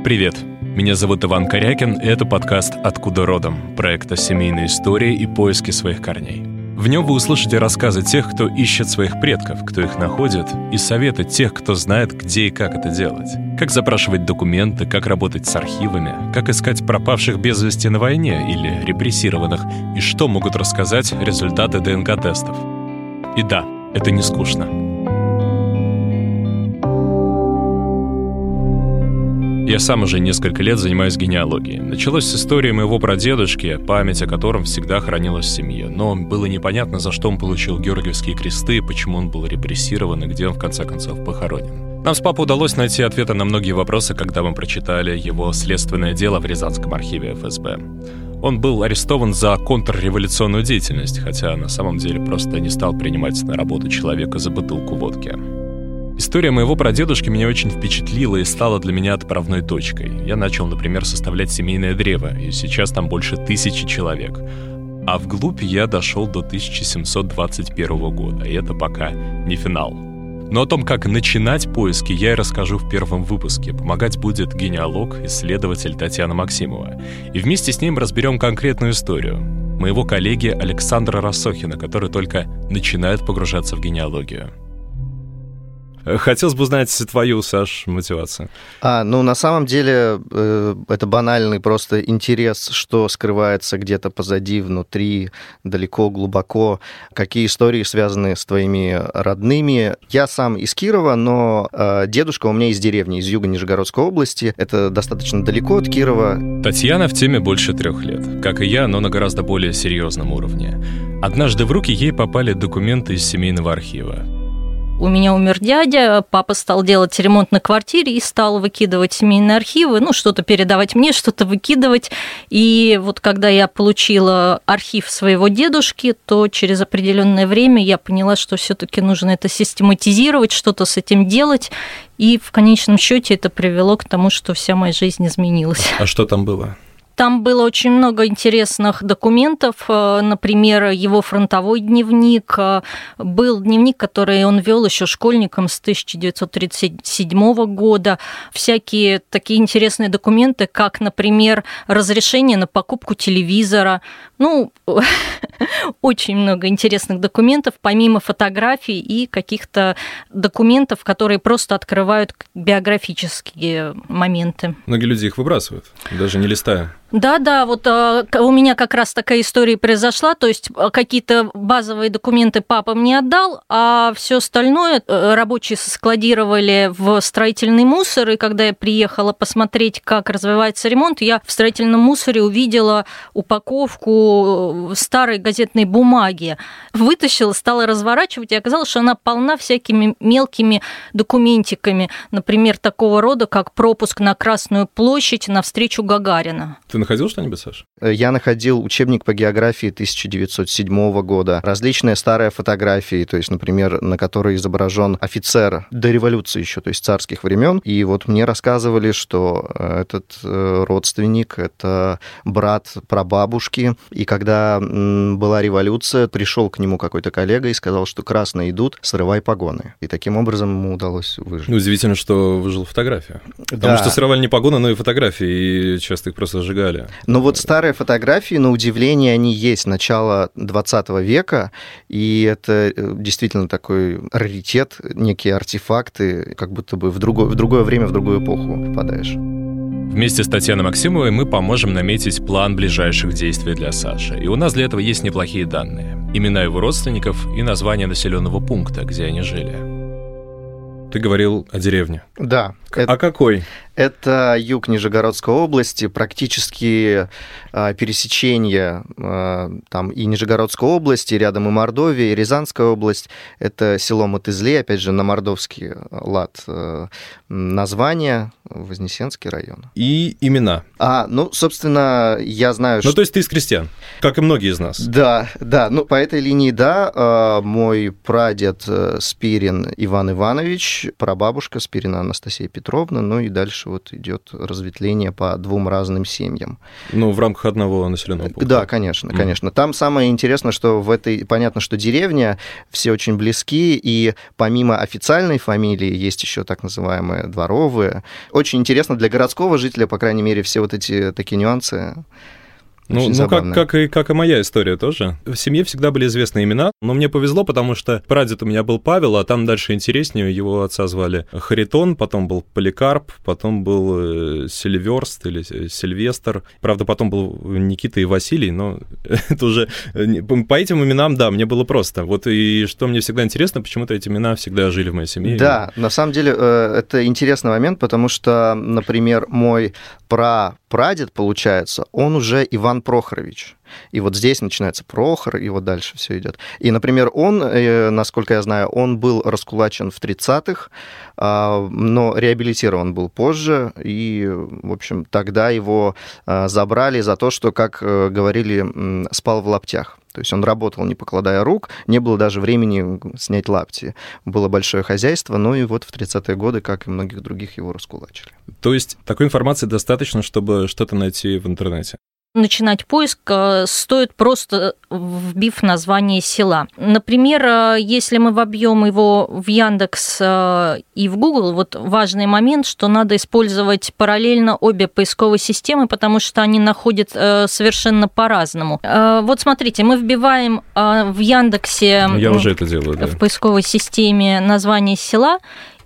Привет, меня зовут Иван Корякин, и это подкаст «Откуда родом?» проекта «Семейные истории и поиски своих корней». В нем вы услышите рассказы тех, кто ищет своих предков, кто их находит, и советы тех, кто знает, где и как это делать. Как запрашивать документы, как работать с архивами, как искать пропавших без вести на войне или репрессированных, и что могут рассказать результаты ДНК-тестов. И да, это не скучно. Я сам уже несколько лет занимаюсь генеалогией. Началось с истории моего прадедушки, память о котором всегда хранилась в семье. Но было непонятно, за что он получил Георгиевские кресты, почему он был репрессирован и где он в конце концов похоронен. Нам с папой удалось найти ответы на многие вопросы, когда мы прочитали его следственное дело в Рязанском архиве ФСБ. Он был арестован за контрреволюционную деятельность, хотя на самом деле просто не стал принимать на работу человека за бутылку водки. История моего прадедушки меня очень впечатлила и стала для меня отправной точкой. Я начал, например, составлять семейное древо, и сейчас там больше 1000 человек. А вглубь я дошел до 1721 года, и это пока не финал. Но о том, как начинать поиски, я и расскажу в первом выпуске. Помогать будет генеалог, исследователь Татьяна Максимова. И вместе с ним разберем конкретную историю моего коллеги Александра Рассохина, который только начинает погружаться в генеалогию. Хотелось бы узнать твою, Саш, мотивацию. На самом деле, это банальный просто интерес, что скрывается где-то позади, внутри, далеко, глубоко, какие истории связаны с твоими родными. Я сам из Кирова, но дедушка у меня из деревни, из юга Нижегородской области. Это достаточно далеко от Кирова. Татьяна в теме больше 3 лет. Как и я, но на гораздо более серьезном уровне. Однажды в руки ей попали документы из семейного архива. У меня умер дядя, папа стал делать ремонт на квартире и стал выкидывать семейные архивы, что-то передавать мне, что-то выкидывать. И вот когда я получила архив своего дедушки, то через определенное время я поняла, что все-таки нужно это систематизировать, что-то с этим делать. И в конечном счете это привело к тому, что вся моя жизнь изменилась. А что там было? Там было очень много интересных документов, например, его фронтовой дневник. Был дневник, который он вел еще школьником с 1937 года. Всякие такие интересные документы, как, например, разрешение на покупку телевизора. Очень много интересных документов, помимо фотографий и каких-то документов, которые просто открывают биографические моменты. Многие люди их выбрасывают, даже не листая. Да, вот у меня как раз такая история произошла, то есть какие-то базовые документы папа мне отдал, а все остальное рабочие соскладировали в строительный мусор, и когда я приехала посмотреть, как развивается ремонт, я в строительном мусоре увидела упаковку старой газетной бумаги, вытащила, стала разворачивать, и оказалось, что она полна всякими мелкими документиками, например, такого рода, как пропуск на Красную площадь на встречу Гагарина. Ты находил что-нибудь, Саш? Я находил учебник по географии 1907 года, различные старые фотографии, то есть, например, на которой изображен офицер до революции еще, то есть царских времен. И вот мне рассказывали, что этот родственник, это брат прабабушки, и когда была революция, пришел к нему какой-то коллега и сказал, что красные идут, срывай погоны. И таким образом ему удалось выжить. Удивительно, что выжила фотография. Потому что срывали не погоны, но и фотографии, и часто их просто сжигали. Но вот старые фотографии, на удивление, они есть начала 20 века, и это действительно такой раритет, некие артефакты, как будто бы в другое время, в другую эпоху попадаешь. Вместе с Татьяной Максимовой мы поможем наметить план ближайших действий для Саши. И у нас для этого есть неплохие данные. Имена его родственников и название населенного пункта, где они жили. Ты говорил о деревне. Да. А какой? Это юг Нижегородской области, практически пересечение там и Нижегородской области, рядом и Мордовия, и Рязанская область. Это село Мотызле, опять же, на мордовский лад название, Вознесенский район. И имена? Собственно, я знаю, что... то есть ты из крестьян, как и многие из нас. Да, по этой линии, да. Мой прадед Спирин Иван Иванович, прабабушка Спирина Анастасия Петровна, и дальше вот идет разветвление по двум разным семьям. Ну, в рамках одного населенного пункта. Да, конечно, конечно. Там самое интересное, что понятно, что деревня, все очень близки, и помимо официальной фамилии есть еще так называемые дворовые. Очень интересно для городского жителя, по крайней мере, все вот эти такие нюансы. Ну как и моя история тоже. В семье всегда были известны имена, но мне повезло, потому что прадед у меня был Павел, а там дальше интереснее. Его отца звали Харитон, потом был Поликарп, потом был Сильверст или Сильвестр. Правда, потом был Никита и Василий, но это уже... По этим именам, да, мне было просто. Вот и что мне всегда интересно, почему-то эти имена всегда жили в моей семье. Да, на самом деле это интересный момент, потому что, например, мой прадед, получается, он уже Иван Прохорович. И вот здесь начинается Прохор, и вот дальше все идет. И, например, он, насколько я знаю, он был раскулачен в 30-х, но реабилитирован был позже, и, в общем, тогда его забрали за то, что, как говорили, спал в лаптях. То есть он работал, не покладая рук, не было даже времени снять лапти. Было большое хозяйство, ну и вот в 30-е годы, как и многих других, его раскулачили. То есть такой информации достаточно, чтобы что-то найти в интернете? Начинать поиск стоит просто вбив название села. Например, если мы вобьем его в Яндекс и в Google, вот важный момент, что надо использовать параллельно обе поисковые системы, потому что они находят совершенно по-разному. Вот смотрите, мы вбиваем в Яндексе, я уже это делаю, да, в поисковой системе название села,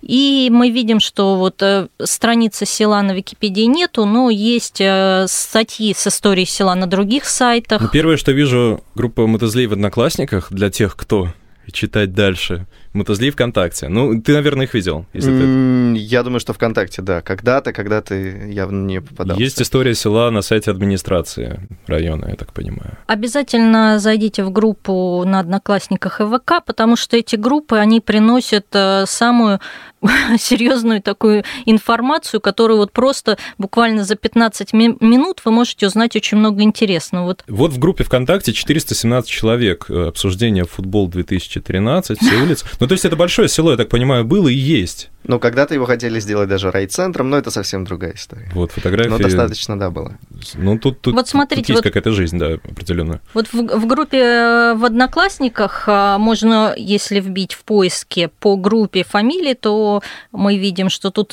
и мы видим, что вот страницы села на Википедии нету, но есть статьи с историей села на других сайтах. Ну, первое, что вижу, группа Мотозлей в Одноклассниках, для тех, кто читать дальше. Мотозлей ВКонтакте. Ну, ты, наверное, их видел. Если ты... Я думаю, что ВКонтакте, да. Когда-то явно не попадался. Есть история села на сайте администрации района, я так понимаю. Обязательно зайдите в группу на Одноклассниках и ВК, потому что эти группы, они приносят самую серьезную такую информацию, которую вот просто буквально за 15 минут вы можете узнать очень много интересного. Вот в группе ВКонтакте 417 человек. Обсуждение «Футбол 2013», все улицы. Ну, то есть это большое село, я так понимаю, было и есть. Ну, когда-то его хотели сделать даже райцентром, но это совсем другая история. Вот фотографии... Но достаточно, да, было. Ну, тут вот смотрите, тут есть какая-то жизнь, да, определенная. Вот в группе в Одноклассниках можно, если вбить в поиске по группе фамилии, то мы видим, что тут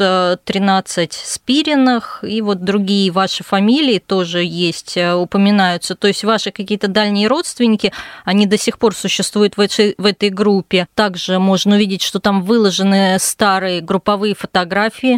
13 Спириных, и вот другие ваши фамилии тоже есть, упоминаются. То есть ваши какие-то дальние родственники, они до сих пор существуют в этой группе. Также можно увидеть, что там выложены старые групповые фотографии,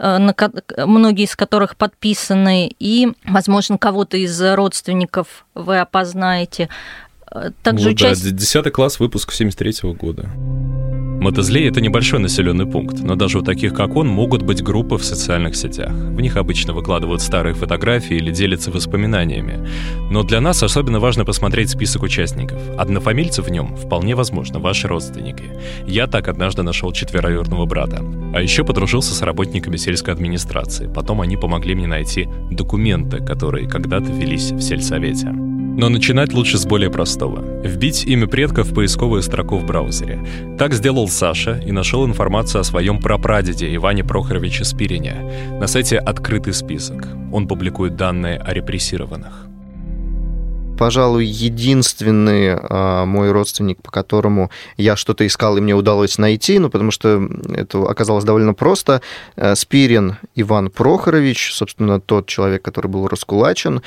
многие из которых подписаны, и, возможно, кого-то из родственников вы опознаете. Также вот, да, 10 класс, выпуск 73-го года. Мотозлей — это небольшой населенный пункт, но даже у таких, как он, могут быть группы в социальных сетях. В них обычно выкладывают старые фотографии или делятся воспоминаниями. Но для нас особенно важно посмотреть список участников. Однофамильцы в нем, вполне возможно, ваши родственники. Я так однажды нашел четвероюродного брата. А еще подружился с работниками сельской администрации. Потом они помогли мне найти документы, которые когда-то велись в сельсовете. Но начинать лучше с более простого. Вбить имя предков в поисковую строку в браузере. Так сделал Саша и нашел информацию о своем прапрадеде Иване Прохоровиче Спирине. На сайте «Открытый список». Он публикует данные о репрессированных. Пожалуй, единственный мой родственник, по которому я что-то искал, и мне удалось найти, потому что это оказалось довольно просто. Спирин Иван Прохорович, собственно, тот человек, который был раскулачен.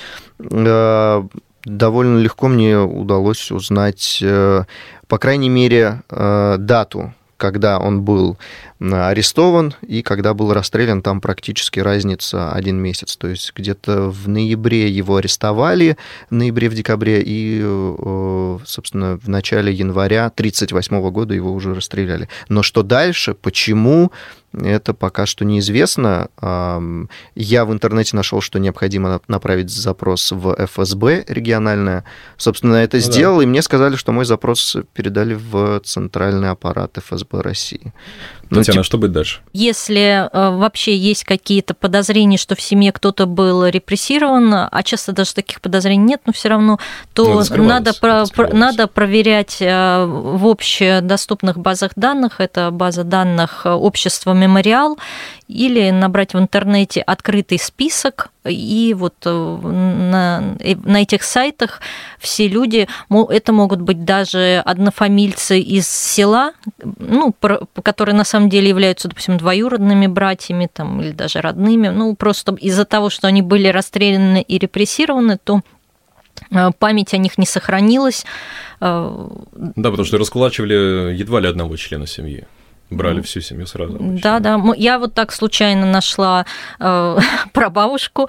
Довольно легко мне удалось узнать, по крайней мере, дату, когда он был арестован и когда был расстрелян. Там практически разница 1 месяц. То есть где-то в ноябре его арестовали, в ноябре-декабре, и, собственно, в начале января 1938 года его уже расстреляли. Но что дальше, почему, это пока что неизвестно. Я в интернете нашел, что необходимо направить запрос в ФСБ региональное. Собственно, это сделал, и мне сказали, что мой запрос передали в центральный аппарат ФСБ России. Татьяна, что будет дальше? Если вообще есть какие-то подозрения, что в семье кто-то был репрессирован, а часто даже таких подозрений нет, но все равно, то надо проверять в общедоступных базах данных. Это база данных общества «Мемориал», или набрать в интернете открытый список, и вот на этих сайтах все люди, это могут быть даже однофамильцы из села, которые на самом деле являются, допустим, двоюродными братьями там, или даже родными, просто из-за того, что они были расстреляны и репрессированы, то память о них не сохранилась. Да, потому что раскулачивали едва ли одного члена семьи. Брали всю семью сразу. Да. Я вот так случайно нашла прабабушку,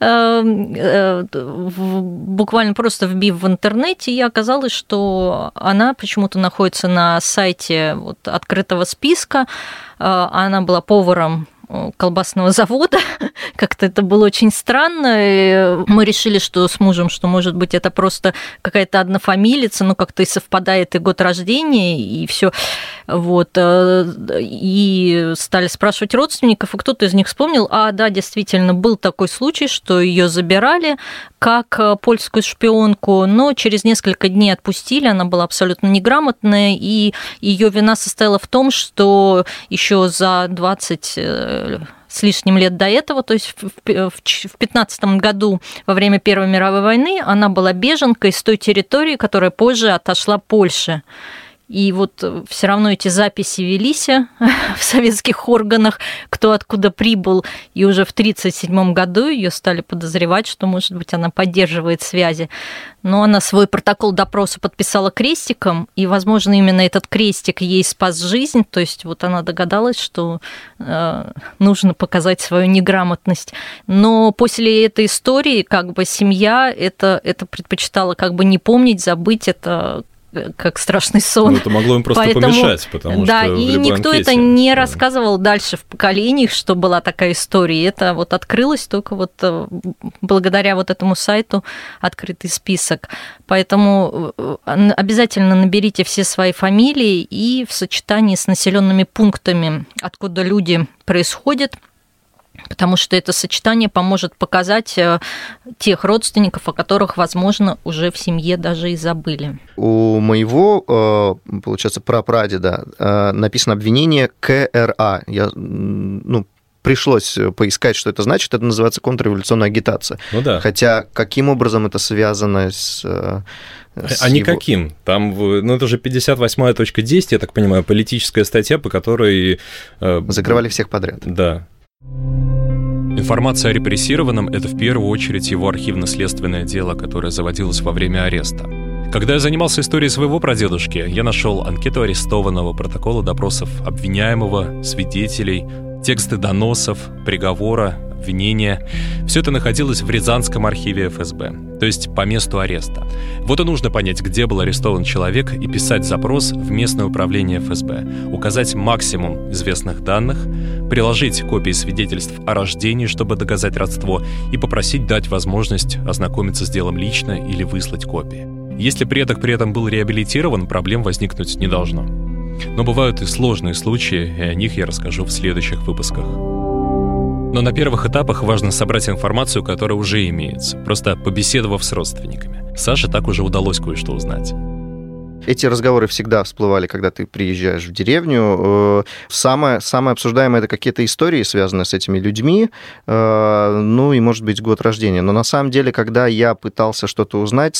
буквально просто вбив в интернете, и оказалось, что она почему-то находится на сайте открытого списка. Она была поваром колбасного завода. Как-то это было очень странно. И мы решили, что с мужем, что, может быть, это просто какая-то однофамилица, как-то и совпадает и год рождения, и все. И стали спрашивать родственников, и кто-то из них вспомнил, да, действительно, был такой случай, что ее забирали как польскую шпионку, но через несколько дней отпустили, она была абсолютно неграмотная, и ее вина состояла в том, что еще за 20 с лишним лет до этого, то есть в 15 году во время Первой мировой войны она была беженкой с той территории, которая позже отошла Польше. И все равно эти записи велись в советских органах, кто откуда прибыл. И уже в 1937 году ее стали подозревать, что, может быть, она поддерживает связи. Но она свой протокол допроса подписала крестиком, и, возможно, именно этот крестик ей спас жизнь. То есть она догадалась, что нужно показать свою неграмотность. Но после этой истории семья это предпочитала не помнить, забыть это, как страшный сон. Это могло им просто помешать, потому да, что и никто анкете, это не рассказывал дальше в поколениях, что была такая история. И это открылось только благодаря этому сайту «Открытый список». Поэтому обязательно наберите все свои фамилии и в сочетании с населенными пунктами, откуда люди происходят, потому что это сочетание поможет показать тех родственников, о которых, возможно, уже в семье даже и забыли. У моего, получается, прапрадеда написано обвинение КРА. Пришлось поискать, что это значит. Это называется контрреволюционная агитация. Да. Хотя каким образом это связано с никаким. Там, это же 58.10, я так понимаю, политическая статья, по которой... Закрывали всех подряд. Да. Информация о репрессированном – это в первую очередь его архивно-следственное дело, которое заводилось во время ареста. Когда я занимался историей своего прадедушки, я нашел анкету арестованного, протоколы допросов обвиняемого, свидетелей, тексты доносов, приговора, обвинения. Все это находилось в Рязанском архиве ФСБ, то есть по месту ареста. Вот и нужно понять, где был арестован человек, и писать запрос в местное управление ФСБ, указать максимум известных данных, приложить копии свидетельств о рождении, чтобы доказать родство, и попросить дать возможность ознакомиться с делом лично или выслать копии. Если предок при этом был реабилитирован, проблем возникнуть не должно. Но бывают и сложные случаи, и о них я расскажу в следующих выпусках. Но на первых этапах важно собрать информацию, которая уже имеется, просто побеседовав с родственниками. Саше так уже удалось кое-что узнать. Эти разговоры всегда всплывали, когда ты приезжаешь в деревню. Самое обсуждаемое – это какие-то истории, связанные с этими людьми, и, может быть, год рождения. Но на самом деле, когда я пытался что-то узнать,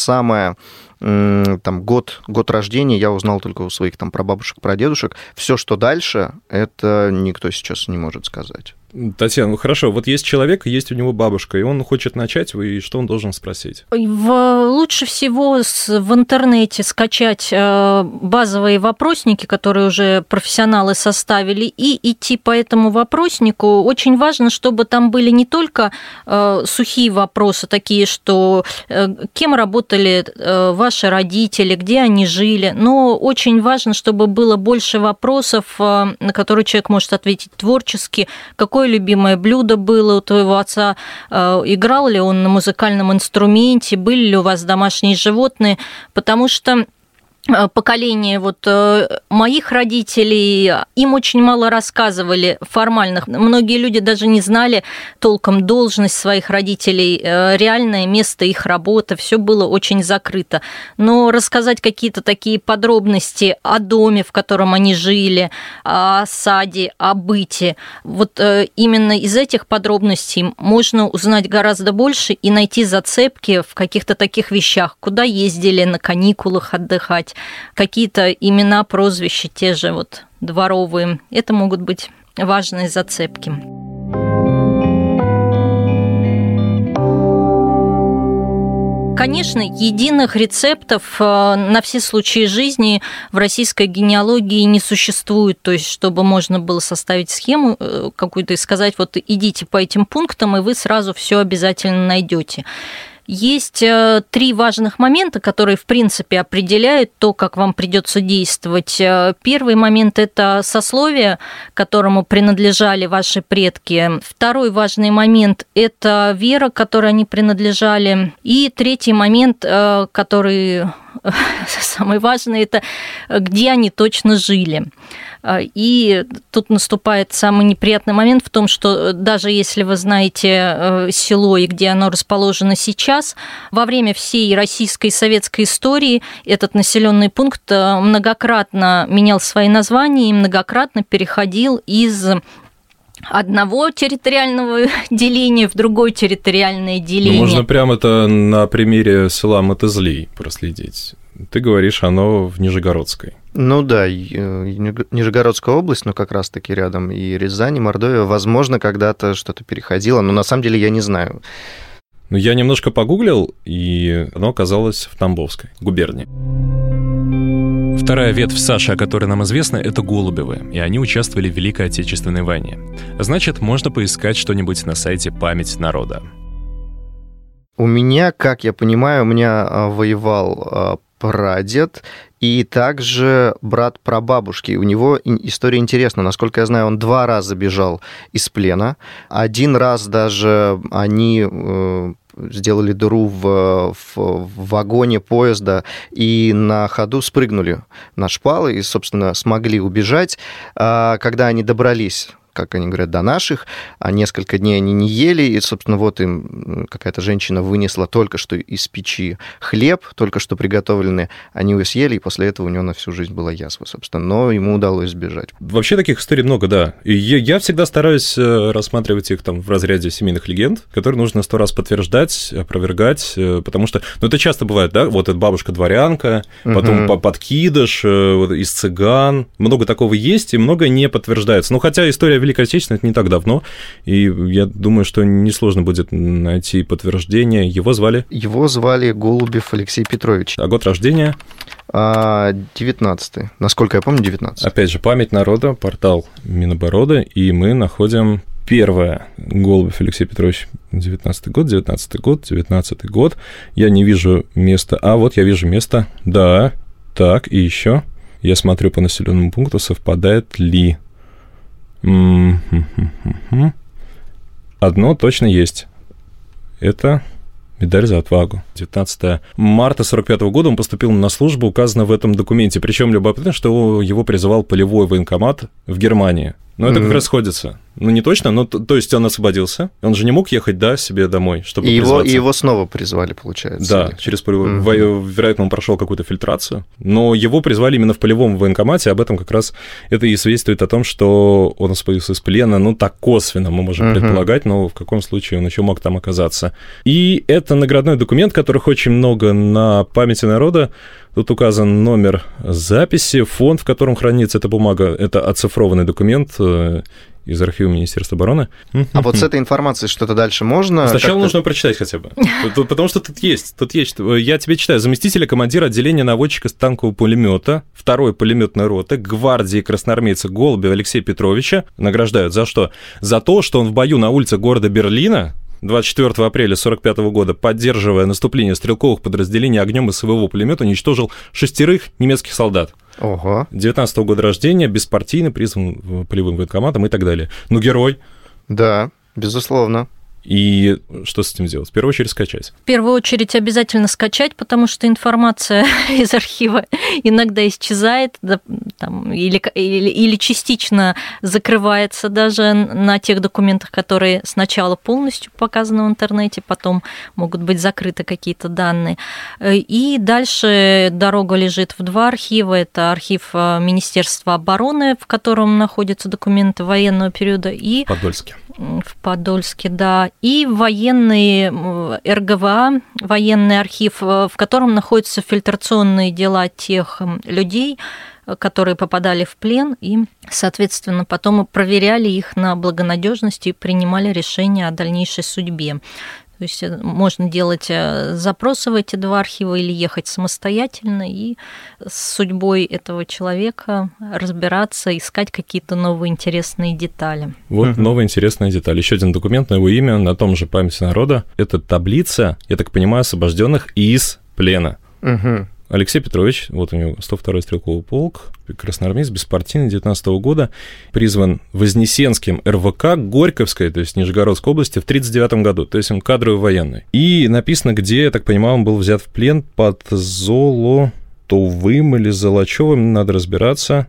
год рождения я узнал только у своих прабабушек, прадедушек. Все, что дальше, это никто сейчас не может сказать. Татьяна, хорошо, есть человек, есть у него бабушка, и он хочет начать, и что он должен спросить? Лучше всего в интернете скачать базовые вопросники, которые уже профессионалы составили, и идти по этому вопроснику. Очень важно, чтобы там были не только сухие вопросы, такие, что кем работали ваши родители, где они жили, но очень важно, чтобы было больше вопросов, на которые человек может ответить творчески, какое любимое блюдо было у твоего отца, играл ли он на музыкальном инструменте, были ли у вас домашние животные, потому что поколение моих родителей, им очень мало рассказывали формальных. Многие люди даже не знали толком должность своих родителей, реальное место их работы, все было очень закрыто. Но рассказать какие-то такие подробности о доме, в котором они жили, о саде, о быте, именно из этих подробностей можно узнать гораздо больше и найти зацепки в каких-то таких вещах, куда ездили на каникулах отдыхать, какие-то имена, прозвища, те же дворовые. Это могут быть важные зацепки. Конечно, единых рецептов на все случаи жизни в российской генеалогии не существует, то есть чтобы можно было составить схему какую-то и сказать, идите по этим пунктам, и вы сразу все обязательно найдете. Есть 3 важных момента, которые, в принципе, определяют то, как вам придется действовать. Первый момент – это сословие, которому принадлежали ваши предки. Второй важный момент – это вера, к которой они принадлежали. И третий момент, который самый важный, это где они точно жили. И тут наступает самый неприятный момент в том, что даже если вы знаете село и где оно расположено сейчас, во время всей российской и советской истории этот населенный пункт многократно менял свои названия и многократно переходил из одного территориального деления в другое территориальное деление. Можно прямо это на примере села Мотызлей проследить. Ты говоришь, оно в Нижегородской. Ну да, Нижегородская область, но как раз-таки рядом и Рязань, и Мордовия. Возможно, когда-то что-то переходило, но на самом деле я не знаю. Я немножко погуглил, и оно оказалось в Тамбовской губернии. Вторая ветвь Саши, о которой нам известно, это Голубевы, и они участвовали в Великой Отечественной войне. Значит, можно поискать что-нибудь на сайте «Память народа». У меня, как я понимаю, воевал прадед и также брат прабабушки. У него история интересна. Насколько я знаю, он 2 раза бежал из плена. 1 раз даже они сделали дыру в вагоне поезда и на ходу спрыгнули на шпалы и, собственно, смогли убежать. Когда они добрались, как они говорят, до наших, а несколько дней они не ели, и, собственно, им какая-то женщина вынесла только что из печи хлеб, только что приготовленный, они его съели, и после этого у него на всю жизнь была язва, собственно, но ему удалось сбежать. Вообще таких историй много, да. И я всегда стараюсь рассматривать их в разряде семейных легенд, которые нужно 100 раз подтверждать, опровергать, потому что, это часто бывает, да, это бабушка-дворянка, потом подкидыш, из цыган, много такого есть, и много не подтверждается. Хотя история Великой Отечественной, это не так давно, и я думаю, что несложно будет найти подтверждение. Его звали? Его звали Голубев Алексей Петрович. А год рождения? 19-й. Насколько я помню, 19-й. Опять же, «Память народа», портал Минобороны, и мы находим первое. Голубев Алексей Петрович, 19 год. Я не вижу места. Я вижу место. Да. Так, и еще. Я смотрю по населенному пункту, совпадает ли. Одно точно есть. Это медаль за отвагу. 19 марта 1945 года он поступил на службу, указано в этом документе. Причем любопытно, что его призывал полевой военкомат в Германии. Но это как раз сходится. Не точно, но то есть он освободился. Он же не мог ехать, себе домой, чтобы призваться. И его снова призвали, получается. Да, через вероятно, он прошел какую-то фильтрацию. Но его призвали именно в полевом военкомате. Об этом как раз это и свидетельствует о том, что он освободился из плена. Так косвенно мы можем предполагать, но в каком случае он еще мог там оказаться. И это наградной документ, которых очень много на памяти народа. Тут указан номер записи, фонд, в котором хранится эта бумага. Это оцифрованный документ из архива Министерства обороны. А вот с этой информацией что-то дальше можно? Сначала нужно прочитать хотя бы. Потому что тут есть. Я тебе читаю. Заместителя командира отделения наводчика танкового пулемета 2-й пулеметной роты гвардии красноармейца Голубева Алексея Петровича награждают за что? За то, что он в бою на улице города Берлина 24 апреля 1945 года, поддерживая наступление стрелковых подразделений огнем из своего пулемета, уничтожил 6 немецких солдат. Ого. 19-го года рождения, беспартийно, призван полевым военкоматом и так далее. Герой. Да, безусловно. И что с этим делать? В первую очередь скачать. В первую очередь обязательно скачать, потому что информация из архива иногда исчезает или частично закрывается даже на тех документах, которые сначала полностью показаны в интернете, потом могут быть закрыты какие-то данные. И дальше дорога лежит в два архива. Это архив Министерства обороны, в котором находятся документы военного периода, и в Подольске, да, и военный РГВА, военный архив, в котором находятся фильтрационные дела тех людей, которые попадали в плен, и, соответственно, потом мы проверяли их на благонадежность и принимали решение о дальнейшей судьбе. То есть можно делать запросы в эти два архива или ехать самостоятельно и с судьбой этого человека разбираться, искать какие-то новые интересные детали. Вот новая интересная деталь. Еще один документ на его имя на том же «Памяти народа». Это таблица, я так понимаю, освобожденных из плена. Алексей Петрович, вот у него 102-й стрелковый полк, красноармеец, беспартийный, 19 года, призван Вознесенским РВК Горьковской, то есть Нижегородской области, в 1939 году, то есть он кадровый военный. И написано, где, я так понимаю, он был взят в плен под Золотовым или Золочевым, надо разбираться,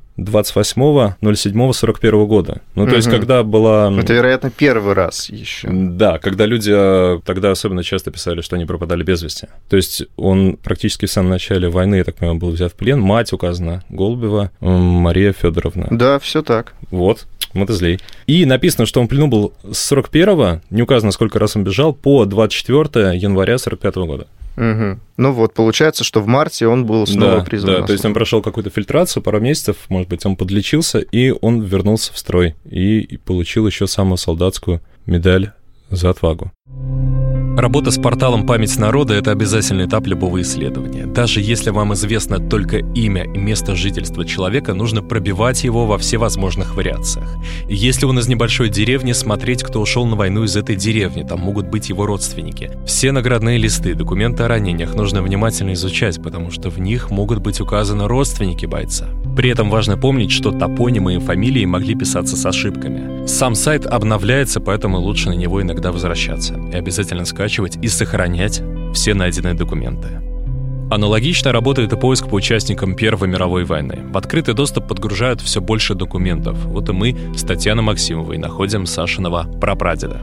28.07.41 года. Ну, то есть, когда была... Это, вероятно, первый раз еще. Да, когда люди тогда особенно часто писали, что они пропадали без вести. То есть, он практически в самом начале войны, я так понимаю, был взят в плен. Мать указана, Голубева Мария Федоровна. Да, все так. Вот, мотозлей. И написано, что он в плену был с 41-го, не указано, сколько раз он бежал, по 24 января 45 года. Ну вот, получается, что в марте он был снова призван. Да, то есть он прошел какую-то фильтрацию, пару месяцев, может быть, он подлечился, и он вернулся в строй и получил еще самую солдатскую медаль за отвагу. Работа с порталом «Память народа» — это обязательный этап любого исследования. Даже если вам известно только имя и место жительства человека, нужно пробивать его во всевозможных вариациях. И если он из небольшой деревни, смотреть, кто ушел на войну из этой деревни, там могут быть его родственники. Все наградные листы, документы о ранениях нужно внимательно изучать, потому что в них могут быть указаны родственники бойца. При этом важно помнить, что топонимы и фамилии могли писаться с ошибками. Сам сайт обновляется, поэтому лучше на него иногда возвращаться. И обязательно скачивать и сохранять все найденные документы. Аналогично работает и поиск по участникам Первой мировой войны. В открытый доступ подгружают все больше документов. Вот и мы с Татьяной Максимовой находим Сашиного прапрадеда.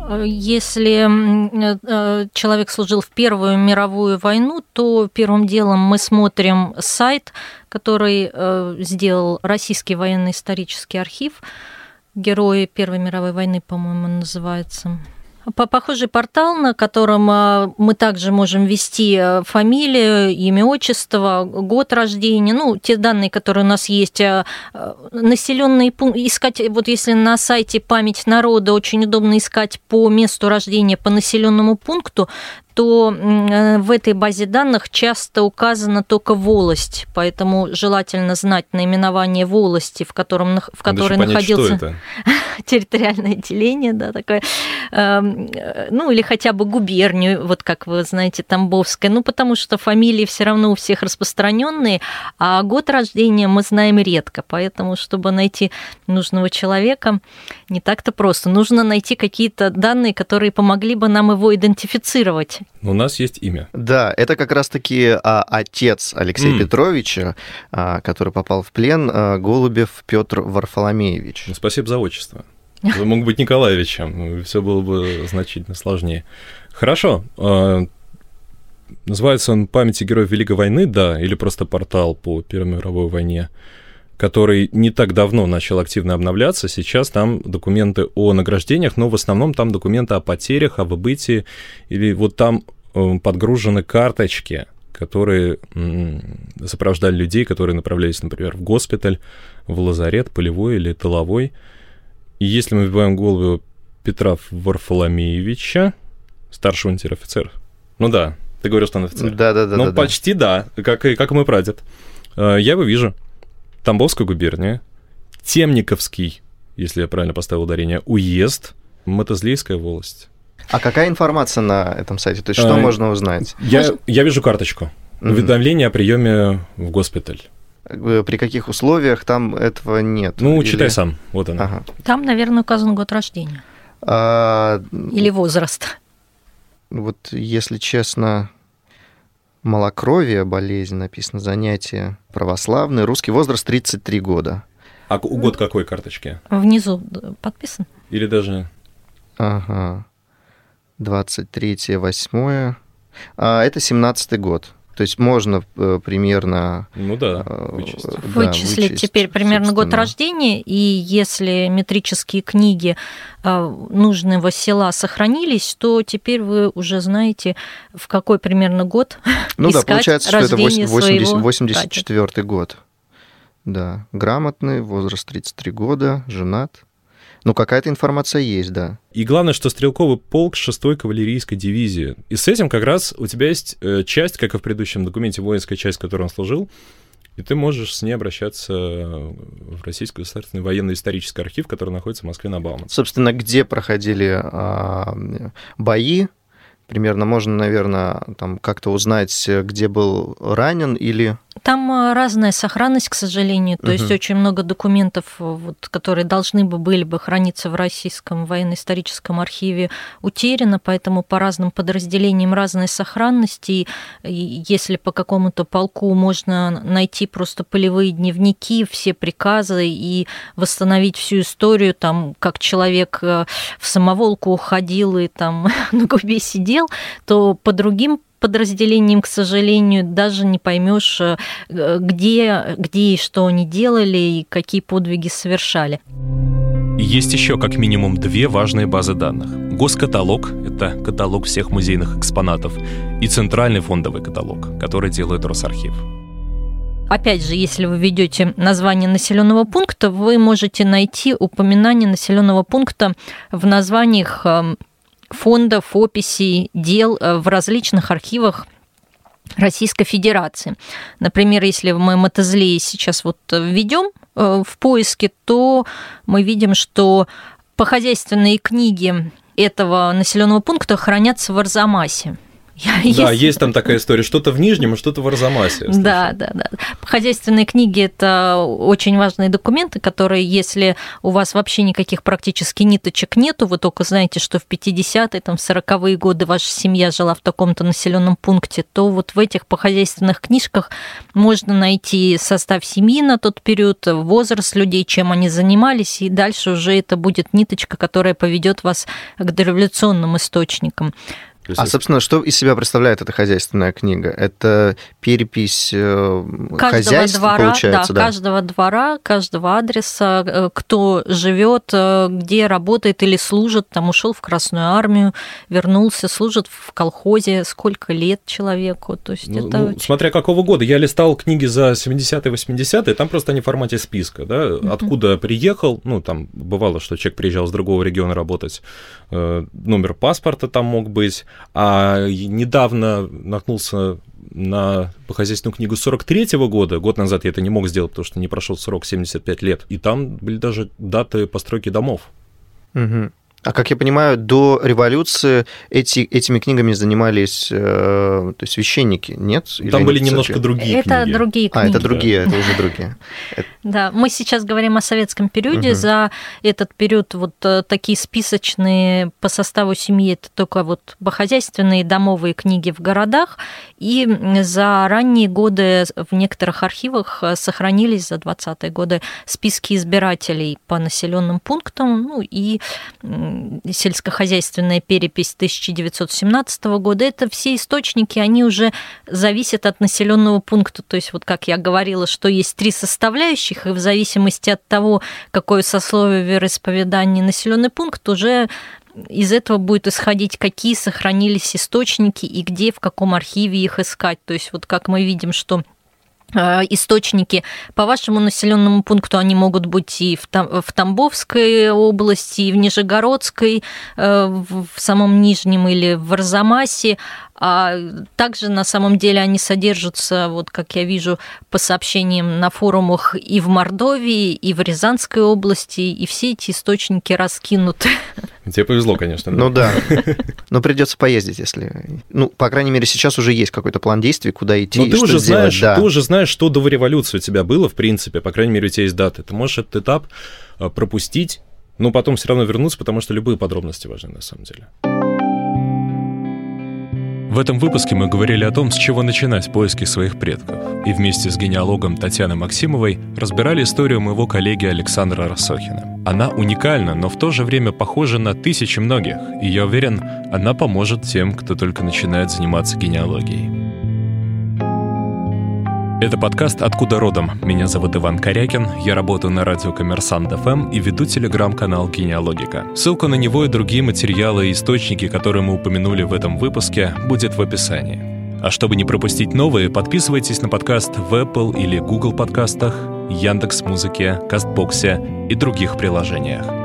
Если человек служил в Первую мировую войну, то первым делом мы смотрим сайт, который сделал Российский военно-исторический архив. «Герои Первой мировой войны», по-моему, называется. Похожий портал, на котором мы также можем ввести фамилию, имя, отчество, год рождения, ну, те данные, которые у нас есть, населенные пункты, искать, вот если на сайте «Память народа» очень удобно искать по месту рождения, по населенному пункту, то в этой базе данных часто указана только волость, поэтому желательно знать наименование волости, в которой находился территориальное деление, да, такое, ну или хотя бы губернию, вот как вы знаете, Тамбовская, ну потому что фамилии все равно у всех распространенные, а год рождения мы знаем редко, поэтому чтобы найти нужного человека не так-то просто, нужно найти какие-то данные, которые помогли бы нам его идентифицировать. У нас есть имя. Да, это как раз-таки отец Алексея Петровича, который попал в плен, Голубев Петр Варфоломеевич. Спасибо за отчество. Вы мог быть Николаевичем, все было бы значительно сложнее. Хорошо. Называется он «Памяти героев Великой войны», да, или просто портал по Первой мировой войне, который не так давно начал активно обновляться. Сейчас там документы о награждениях, но в основном там документы о потерях, о выбытии, или вот там подгружены карточки, которые сопровождали людей, которые направлялись, например, в госпиталь, в лазарет, полевой или тыловой. И если мы вбиваем Голубева Петра Варфоломеевича, старшего унтер-офицера, ну да, ты говорил, что он офицер. Да. Ну, почти да, как и мой прадед. Я его вижу. Тамбовская губерния, Темниковский, если я правильно поставил ударение, уезд, Мотозлейская волость. А какая информация на этом сайте? То есть что можно узнать? Я вижу карточку. Уведомление о приеме в госпиталь. При каких условиях там этого нет? Ну, читай сам, вот она. Ага. Там, наверное, указан год рождения. Или возраст? Вот, если честно, малокровие, болезнь, написано, занятие православное, русский возраст 33 года. А год какой карточки? Внизу подписан. Или даже... Ага. 23-е, 8-е. Это 17-й год. То есть можно примерно... Вычислить теперь примерно год рождения, и если метрические книги нужного села сохранились, то теперь вы уже знаете, в какой примерно год искать получается, что это 84-й своего год. Да, грамотный, возраст 33 года, женат. Какая-то информация есть, да. И главное, что стрелковый полк 6-й кавалерийской дивизии. И с этим как раз у тебя есть часть, как и в предыдущем документе, воинская часть, в которой он служил, и ты можешь с ней обращаться в Российский государственный военно-исторический архив, который находится в Москве на Бауманке. Собственно, где проходили бои, примерно можно, наверное, там как-то узнать, где был ранен или... Там разная сохранность, к сожалению, то есть очень много документов, которые должны были бы храниться в Российском военно-историческом архиве, утеряно, поэтому по разным подразделениям разная сохранность, и если по какому-то полку можно найти просто полевые дневники, все приказы и восстановить всю историю, там, как человек в самоволку уходил и там на губе сидел, то по другим подразделениям, к сожалению, даже не поймешь, где и что они делали и какие подвиги совершали. Есть еще как минимум 2 важные базы данных. Госкаталог — это каталог всех музейных экспонатов, и Центральный фондовый каталог, который делает Росархив. Опять же, если вы введете название населенного пункта, вы можете найти упоминание населенного пункта в названиях фондов, описей, дел в различных архивах Российской Федерации. Например, если мы Мотозлеи сейчас введем в поиске, то мы видим, что похозяйственные книги этого населенного пункта хранятся в Арзамасе. Да, есть там такая история, что-то в Нижнем, а что-то в Арзамасе. Да. Хозяйственные книги – это очень важные документы, которые, если у вас вообще никаких практически ниточек нету, вы только знаете, что в 50-е, там, 40-е годы ваша семья жила в таком-то населенном пункте, то в этих похозяйственных книжках можно найти состав семьи на тот период, возраст людей, чем они занимались, и дальше уже это будет ниточка, которая поведет вас к дореволюционным источникам. Собственно, что из себя представляет эта хозяйственная книга? Это перепись хозяйств, получается? Да, каждого двора, каждого адреса, кто живет, где работает или служит, там ушел в Красную армию, вернулся, служит в колхозе, сколько лет человеку. То есть смотря какого года. Я листал книги за 70-е, 80-е, там просто они в формате списка, да, откуда приехал, там бывало, что человек приезжал с другого региона работать, номер паспорта там мог быть. А недавно наткнулся на хозяйственную книгу 43-го года, год назад я это не мог сделать, потому что не прошел срок 75 лет, и там были даже даты постройки домов. Угу. А как я понимаю, до революции этими книгами занимались то есть священники, нет? Там были немножко другие книги. Это другие книги. Это другие, это уже другие. Да, мы сейчас говорим о советском периоде. За этот период такие списочные по составу семьи, это только хозяйственные домовые книги в городах, и за ранние годы в некоторых архивах сохранились за 20-е годы списки избирателей по населенным пунктам, и сельскохозяйственная перепись 1917 года. Это все источники, они уже зависят от населенного пункта. То есть, как я говорила, что есть 3 составляющих, и в зависимости от того, какое сословие вероисповедания населенный пункт, уже из этого будет исходить, какие сохранились источники и где, в каком архиве их искать. То есть, как мы видим, что источники по вашему населенному пункту, они могут быть и в Тамбовской области, и в Нижегородской, в самом Нижнем или в Арзамасе, а также на самом деле они содержатся, как я вижу по сообщениям на форумах, и в Мордовии, и в Рязанской области, и все эти источники раскинуты. Тебе повезло, конечно. Да. Но придется поездить, если... по крайней мере, сейчас уже есть какой-то план действий, куда идти и что делать. Ты уже знаешь, что до революции у тебя было, в принципе, по крайней мере, у тебя есть даты. Ты можешь этот этап пропустить, но потом все равно вернуться, потому что любые подробности важны на самом деле. В этом выпуске мы говорили о том, с чего начинать поиски своих предков. И вместе с генеалогом Татьяной Максимовой разбирали историю моего коллеги Александра Рассохина. Она уникальна, но в то же время похожа на тысячи многих. И я уверен, она поможет тем, кто только начинает заниматься генеалогией. Это подкаст «Откуда родом?». Меня зовут Иван Корякин, я работаю на радио Коммерсант ФМ и веду телеграм-канал «Генеалогика». Ссылка на него и другие материалы и источники, которые мы упомянули в этом выпуске, будет в описании. А чтобы не пропустить новые, подписывайтесь на подкаст в Apple или Google подкастах, Яндекс.Музыке, Кастбоксе и других приложениях.